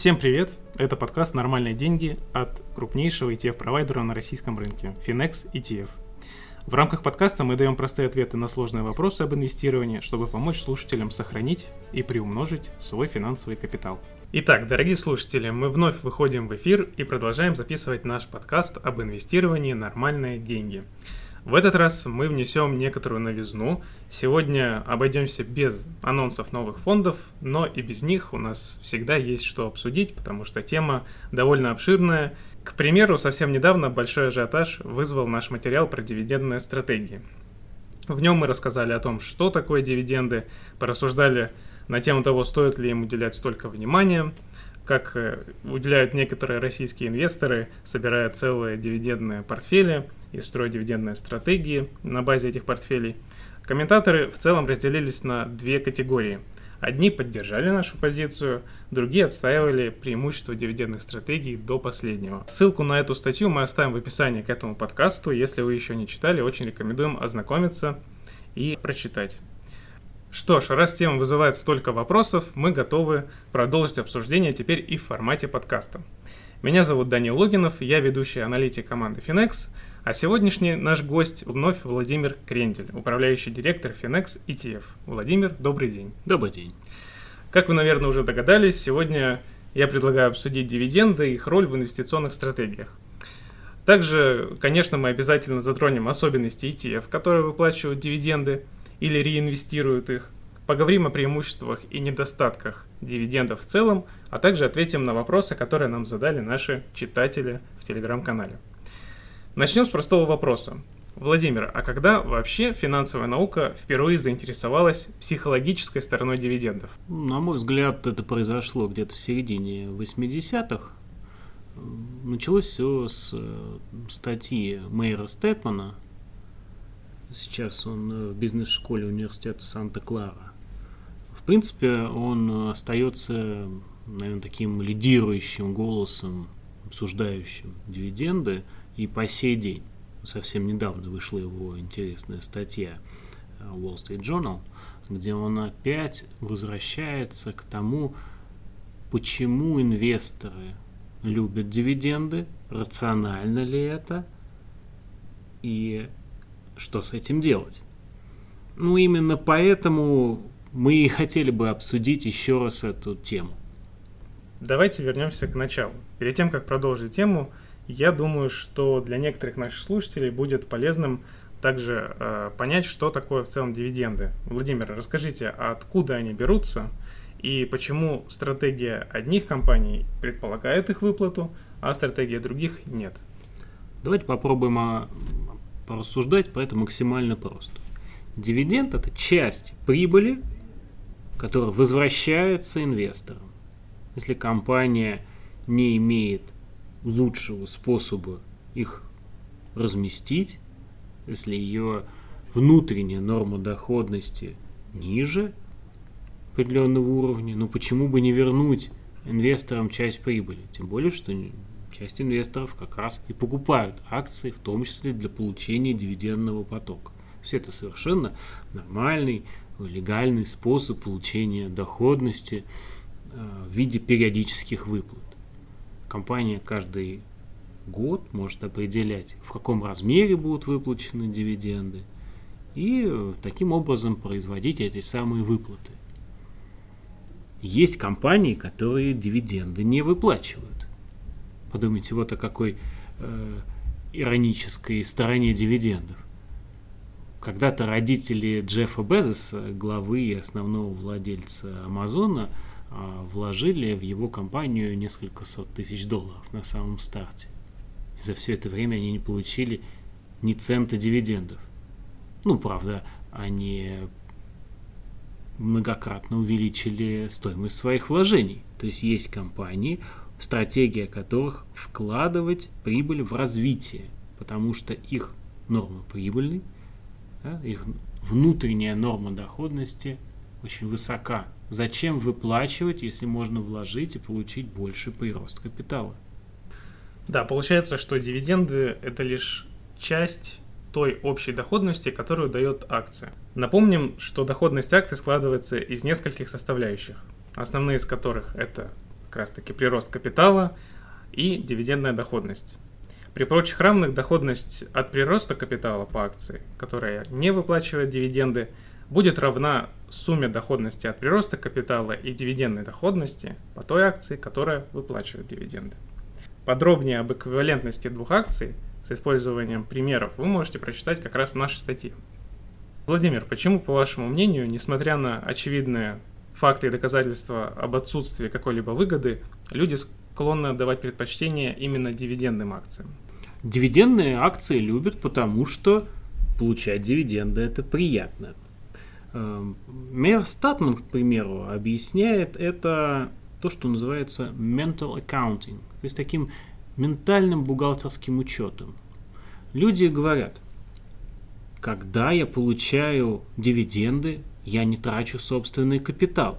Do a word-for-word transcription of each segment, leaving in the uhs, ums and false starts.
Всем привет! Это подкаст «Нормальные деньги» от крупнейшего и ти эф-провайдера на российском рынке Finex и ти эф. В рамках подкаста мы даем простые ответы на сложные вопросы об инвестировании, чтобы помочь слушателям сохранить и приумножить свой финансовый капитал. Итак, дорогие слушатели, мы вновь выходим в эфир и продолжаем записывать наш подкаст об инвестировании «Нормальные деньги». В этот раз мы внесем некоторую новизну. Сегодня обойдемся без анонсов новых фондов, но и без них у нас всегда есть что обсудить, потому что тема довольно обширная. К примеру, совсем недавно большой ажиотаж вызвал наш материал про дивидендные стратегии. В нем мы рассказали о том, что такое дивиденды, порассуждали на тему того, стоит ли им уделять столько внимания, как уделяют некоторые российские инвесторы, собирая целые дивидендные портфели и строя дивидендные стратегии на базе этих портфелей. Комментаторы в целом разделились на две категории. Одни поддержали нашу позицию, другие отстаивали преимущество дивидендных стратегий до последнего. Ссылку на эту статью мы оставим в описании к этому подкасту. Если вы еще не читали, очень рекомендуем ознакомиться и прочитать. Что ж, раз тема вызывает столько вопросов, мы готовы продолжить обсуждение теперь и в формате подкаста. Меня зовут Данил Логинов, я ведущий аналитик команды Finex, а сегодняшний наш гость вновь Владимир Крендель, управляющий директор Finex и ти эф. Владимир, добрый день. Добрый день. Как вы, наверное, уже догадались, сегодня я предлагаю обсудить дивиденды и их роль в инвестиционных стратегиях. Также, конечно, мы обязательно затронем особенности и ти эф, которые выплачивают дивиденды или реинвестируют их, поговорим о преимуществах и недостатках дивидендов в целом, а также ответим на вопросы, которые нам задали наши читатели в телеграм-канале. Начнем с простого вопроса. Владимир, а когда вообще финансовая наука впервые заинтересовалась психологической стороной дивидендов? На мой взгляд, это произошло где-то в середине восьмидесятых. Началось все с статьи Мейера Стэдмана. Сейчас он в бизнес-школе университета Санта-Клара. В принципе, он остается, наверное, таким лидирующим голосом, обсуждающим дивиденды и по сей день. Совсем недавно вышла его интересная статья Wall Street Journal, где он опять возвращается к тому, почему инвесторы любят дивиденды, рационально ли это и что с этим делать. Ну, именно поэтому мы и хотели бы обсудить еще раз эту тему. Давайте вернемся к началу. Перед тем, как продолжить тему, я думаю, что для некоторых наших слушателей будет полезным также э, понять, что такое в целом дивиденды. Владимир, расскажите, откуда они берутся и почему стратегия одних компаний предполагает их выплату, а стратегия других нет. Давайте попробуем о... порассуждать, поэтому максимально просто. Дивиденд – это часть прибыли, которая возвращается инвесторам. Если компания не имеет лучшего способа их разместить, если ее внутренняя норма доходности ниже определенного уровня, ну почему бы не вернуть инвесторам часть прибыли? Тем более, что часть инвесторов как раз и покупают акции, в том числе для получения дивидендного потока. Все это совершенно нормальный, легальный способ получения доходности э, в виде периодических выплат. Компания каждый год может определять, в каком размере будут выплачены дивиденды, и э, таким образом производить эти самые выплаты. Есть компании, которые дивиденды не выплачивают. Подумайте вот о какой э, иронической стороне дивидендов. Когда-то родители Джеффа Безоса, главы и основного владельца Амазона, э, вложили в его компанию несколько сот тысяч долларов на самом старте. И за все это время они не получили ни цента дивидендов. Ну, правда, они многократно увеличили стоимость своих вложений. То есть есть компании, стратегия которых вкладывать прибыль в развитие, потому что их норма прибыльной, да, их внутренняя норма доходности очень высока. Зачем выплачивать, если можно вложить и получить больше прирост капитала? Да, получается, что дивиденды – это лишь часть той общей доходности, которую дает акция. Напомним, что доходность акций складывается из нескольких составляющих, основные из которых это как раз-таки прирост капитала и дивидендная доходность. При прочих равных доходность от прироста капитала по акции, которая не выплачивает дивиденды, будет равна сумме доходности от прироста капитала и дивидендной доходности по той акции, которая выплачивает дивиденды. Подробнее об эквивалентности двух акций с использованием примеров вы можете прочитать как раз в нашей статье. Владимир, почему, по вашему мнению, несмотря на очевидные факты и доказательства об отсутствии какой-либо выгоды, люди склонны отдавать предпочтение именно дивидендным акциям? Дивидендные акции любят, потому что получать дивиденды – это приятно. Мейер Статман, к примеру, объясняет это то, что называется mental accounting, то есть таким ментальным бухгалтерским учетом. Люди говорят, когда я получаю дивиденды, я не трачу собственный капитал.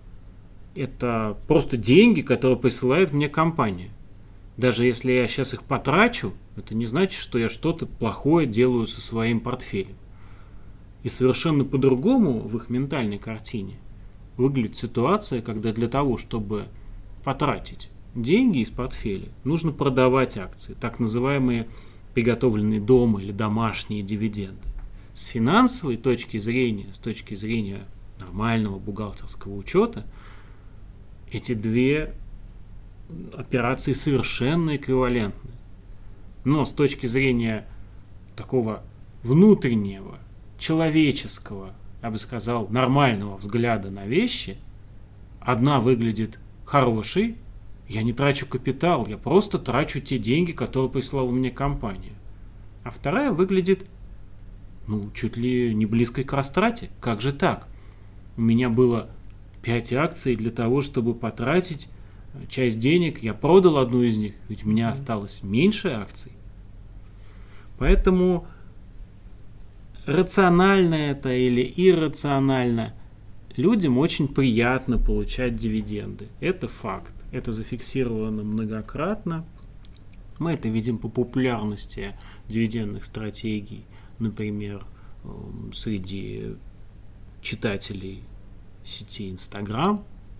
Это просто деньги, которые присылает мне компания. Даже если я сейчас их потрачу, это не значит, что я что-то плохое делаю со своим портфелем. И совершенно по-другому в их ментальной картине выглядит ситуация, когда для того, чтобы потратить деньги из портфеля, нужно продавать акции, так называемые приготовленные дома или домашние дивиденды. С финансовой точки зрения, с точки зрения нормального бухгалтерского учета, эти две операции совершенно эквивалентны. Но с точки зрения такого внутреннего, человеческого, я бы сказал, нормального взгляда на вещи, одна выглядит хорошей, я не трачу капитал, я просто трачу те деньги, которые прислала мне компания. А вторая выглядит, ну, чуть ли не близкой к растрате. Как же так? У меня было пять акций для того, чтобы потратить часть денег, я продал одну из них, ведь у меня осталось меньше акций. Поэтому рационально это или иррационально, людям очень приятно получать дивиденды. Это факт. Это зафиксировано многократно. Мы это видим по популярности дивидендных стратегий, например, среди читателей сети Instagram,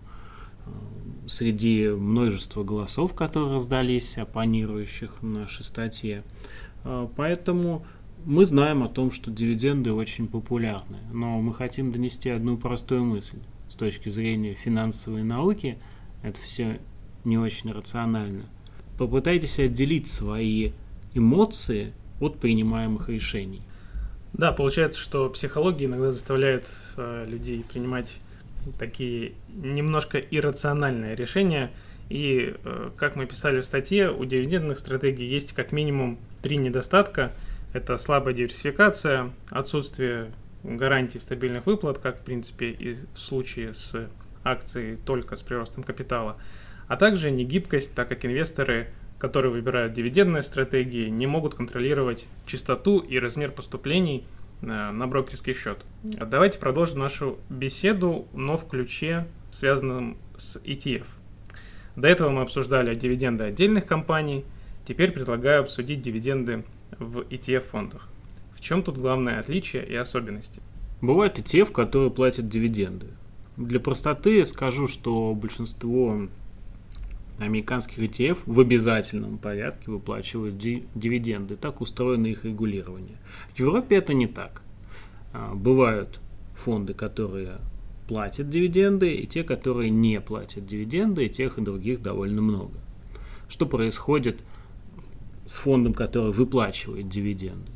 среди множества голосов, которые раздались, оппонирующих нашей статье. Поэтому мы знаем о том, что дивиденды очень популярны, но мы хотим донести одну простую мысль. С точки зрения финансовой науки это все не очень рационально. Попытайтесь отделить свои эмоции от принимаемых решений. Да, получается, что психология иногда заставляет э, людей принимать такие немножко иррациональные решения. И, э, как мы писали в статье, у дивидендных стратегий есть как минимум три недостатка. Это слабая диверсификация, отсутствие гарантий стабильных выплат, как в принципе и в случае с акцией только с приростом капитала, а также негибкость, так как инвесторы, которые выбирают дивидендные стратегии, не могут контролировать частоту и размер поступлений на брокерский счет. Давайте продолжим нашу беседу, но в ключе, связанном с и ти эф. До этого мы обсуждали дивиденды отдельных компаний, теперь предлагаю обсудить дивиденды в и ти эф-фондах. В чем тут главное отличие и особенности? Бывают и ти эф, которые платят дивиденды. Для простоты скажу, что большинство американских и ти эф в обязательном порядке выплачивают ди- дивиденды. Так устроено их регулирование. В Европе это не так. Бывают фонды, которые платят дивиденды, и те, которые не платят дивиденды, и тех и других довольно много. Что происходит с фондом, который выплачивает дивиденды?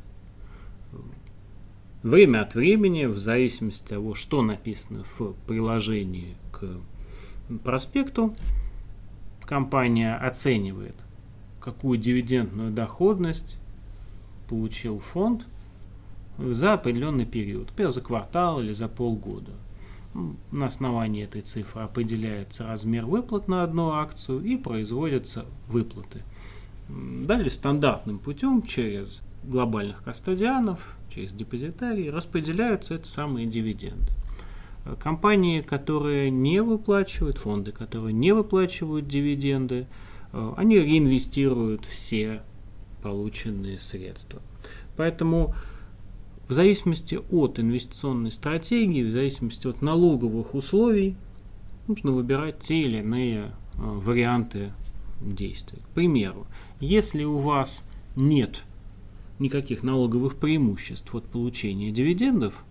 Время от времени, в зависимости от того, что написано в приложении к проспекту, компания оценивает, какую дивидендную доходность получил фонд за определенный период, например, за квартал или за полгода. На основании этой цифры определяется размер выплат на одну акцию и производятся выплаты. Далее стандартным путем через глобальных кастодианов, через депозитарии распределяются эти самые дивиденды. Компании, которые не выплачивают, фонды, которые не выплачивают дивиденды, они реинвестируют все полученные средства. Поэтому в зависимости от инвестиционной стратегии, в зависимости от налоговых условий, нужно выбирать те или иные варианты действий. К примеру, если у вас нет никаких налоговых преимуществ от получения дивидендов,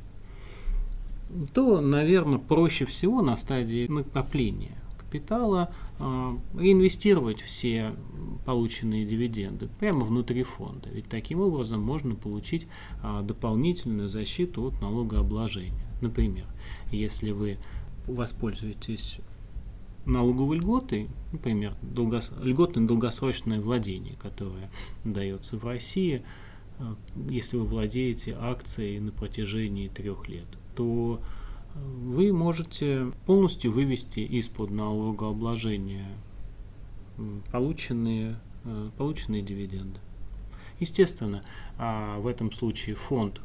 то, наверное, проще всего на стадии накопления капитала э, реинвестировать все полученные дивиденды прямо внутри фонда. Ведь таким образом можно получить э, дополнительную защиту от налогообложения. Например, если вы воспользуетесь налоговой льготой, например, долгос... льготное долгосрочное владение, которое дается в России, э, если вы владеете акцией на протяжении трех лет, то вы можете полностью вывести из-под налогообложения полученные, полученные дивиденды. Естественно, в этом случае фонд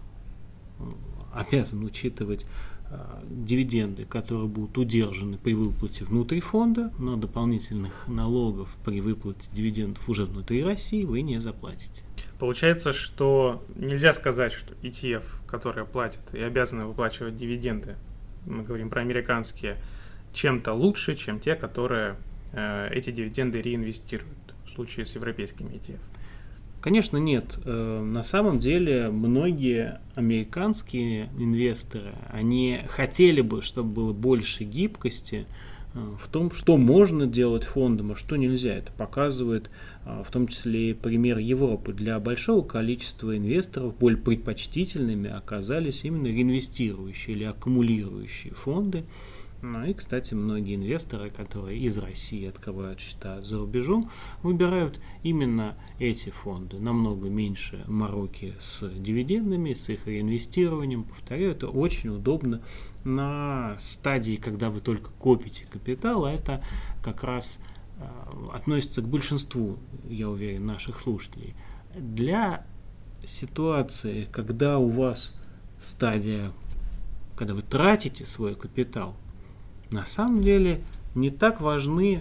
обязан учитывать дивиденды, которые будут удержаны при выплате внутри фонда, но дополнительных налогов при выплате дивидендов уже внутри России вы не заплатите. Получается, что нельзя сказать, что и ти эф, которые платят и обязаны выплачивать дивиденды, мы говорим про американские, чем-то лучше, чем те, которые э, эти дивиденды реинвестируют в случае с европейскими и ти эф. Конечно, нет. На самом деле многие американские инвесторы, они хотели бы, чтобы было больше гибкости в том, что можно делать фондом, а что нельзя. Это показывает в том числе и пример Европы. Для большого количества инвесторов более предпочтительными оказались именно реинвестирующие или аккумулирующие фонды. Ну и, кстати, многие инвесторы, которые из России открывают счета за рубежом, выбирают именно эти фонды. Намного меньше мороки с дивидендами, с их реинвестированием. Повторяю, это очень удобно на стадии, когда вы только копите капитал, а это как раз э, относится к большинству, я уверен, наших слушателей. Для ситуации, когда у вас стадия, когда вы тратите свой капитал, на самом деле не так важны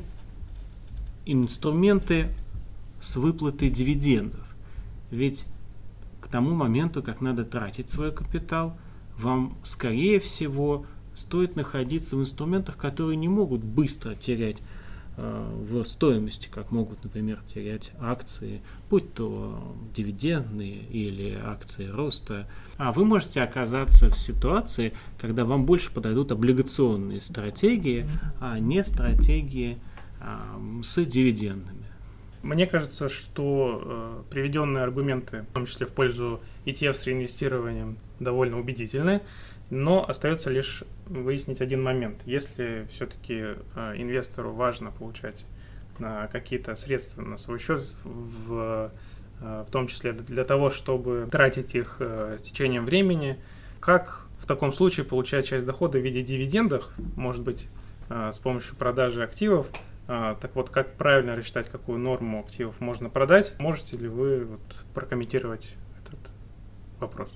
инструменты с выплатой дивидендов. Ведь к тому моменту, как надо тратить свой капитал, вам, скорее всего, стоит находиться в инструментах, которые не могут быстро терять э, в стоимости, как могут, например, терять акции, будь то дивидендные или акции роста. А вы можете оказаться в ситуации, когда вам больше подойдут облигационные стратегии, а не стратегии э, с дивидендами. Мне кажется, что э, приведенные аргументы, в том числе в пользу и ти эф с реинвестированием, довольно убедительны, но остается лишь выяснить один момент. Если все-таки э, инвестору важно получать э, какие-то средства на свой счет, в, э, в том числе для того, чтобы тратить их э, с течением времени, как в таком случае получать часть дохода в виде дивидендов, может быть, э, с помощью продажи активов. А, так вот, как правильно рассчитать, какую норму активов можно продать? Можете ли вы вот прокомментировать этот вопрос?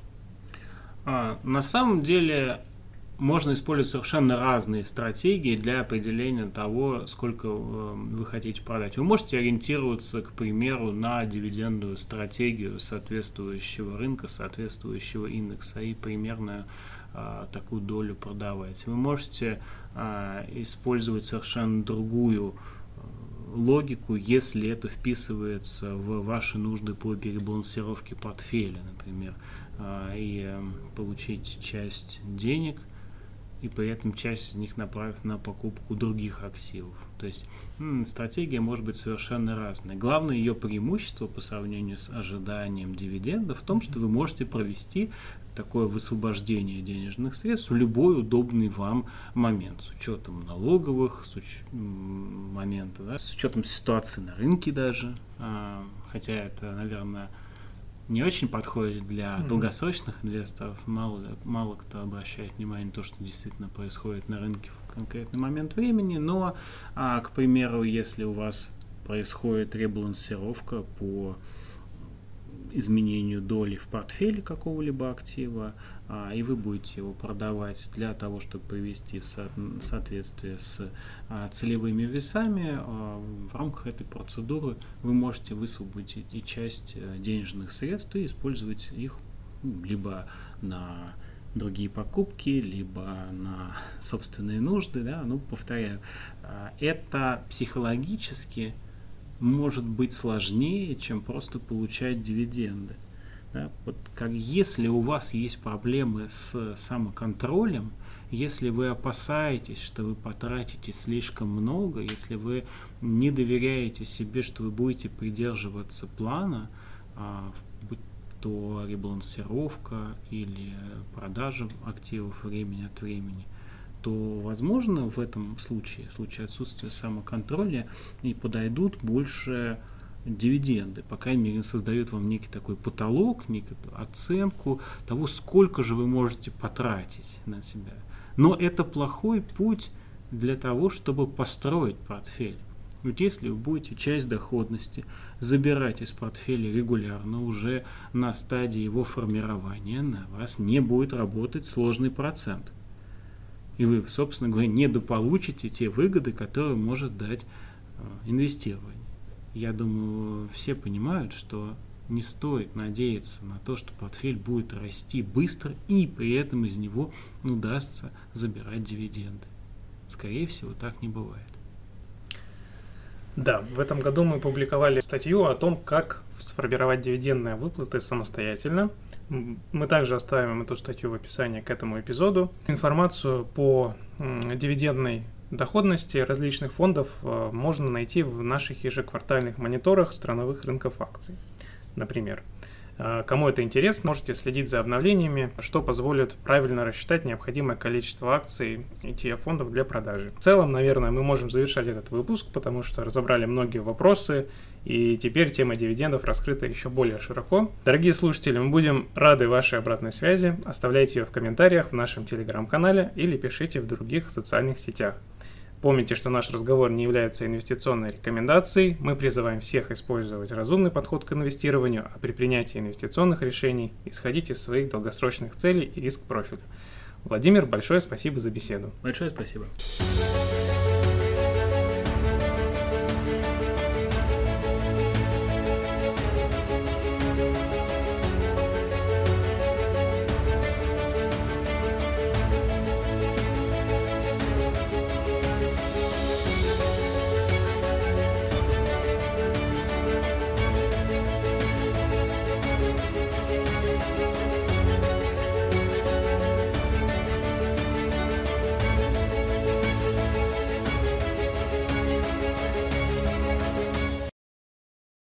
А, на самом деле можно использовать совершенно разные стратегии для определения того, сколько э, вы хотите продать. Вы можете ориентироваться, к примеру, на дивидендную стратегию соответствующего рынка, соответствующего индекса и примерно э, такую долю продавать. Вы можете э, использовать совершенно другую э, логику, если это вписывается в ваши нужды по перебалансировке портфеля, например, э, и э, получить часть денег, и при этом часть из них направив на покупку других активов. То есть м, стратегия может быть совершенно разная. Главное ее преимущество по сравнению с ожиданием дивидендов в том, что вы можете провести такое высвобождение денежных средств в любой удобный вам момент, с учетом налоговых с уч... моментов, да, с учетом ситуации на рынке даже. А, хотя это, наверное, не очень подходит для mm-hmm. долгосрочных инвесторов. Мало, мало кто обращает внимание на то, что действительно происходит на рынке в конкретный момент времени. Но, а, к примеру, если у вас происходит ребалансировка по изменению доли в портфеле какого-либо актива, а, и вы будете его продавать для того, чтобы привести в со- соответствие с а, целевыми весами, а, в рамках этой процедуры вы можете высвободить и часть денежных средств и использовать их либо на другие покупки, либо на собственные нужды, да, ну, повторяю, это психологически может быть сложнее, чем просто получать дивиденды. Да? Вот как если у вас есть проблемы с самоконтролем, если вы опасаетесь, что вы потратите слишком много, если вы не доверяете себе, что вы будете придерживаться плана, будь то ребалансировка или продажа активов времени от времени, то, возможно, в этом случае, в случае отсутствия самоконтроля, и подойдут больше дивиденды, по крайней мере, создают вам некий такой потолок, некую оценку того, сколько же вы можете потратить на себя. Но это плохой путь для того, чтобы построить портфель. Вот если вы будете часть доходности забирать из портфеля регулярно, уже на стадии его формирования на вас не будет работать сложный процент. И вы, собственно говоря, недополучите те выгоды, которые может дать э, инвестирование. Я думаю, все понимают, что не стоит надеяться на то, что портфель будет расти быстро и при этом из него удастся забирать дивиденды. Скорее всего, так не бывает. Да, в этом году мы публиковали статью о том, как сформировать дивидендные выплаты самостоятельно. Мы также оставим эту статью в описании к этому эпизоду. Информацию по дивидендной доходности различных фондов можно найти в наших ежеквартальных мониторах страновых рынков акций. Например, кому это интересно, можете следить за обновлениями, что позволит правильно рассчитать необходимое количество акций и и ти эф-фондов для продажи. В целом, наверное, мы можем завершать этот выпуск, потому что разобрали многие вопросы, и теперь тема дивидендов раскрыта еще более широко. Дорогие слушатели, мы будем рады вашей обратной связи. Оставляйте ее в комментариях в нашем телеграм-канале или пишите в других социальных сетях. Помните, что наш разговор не является инвестиционной рекомендацией. Мы призываем всех использовать разумный подход к инвестированию, а при принятии инвестиционных решений исходить из своих долгосрочных целей и риск-профиля. Владимир, большое спасибо за беседу. Большое спасибо.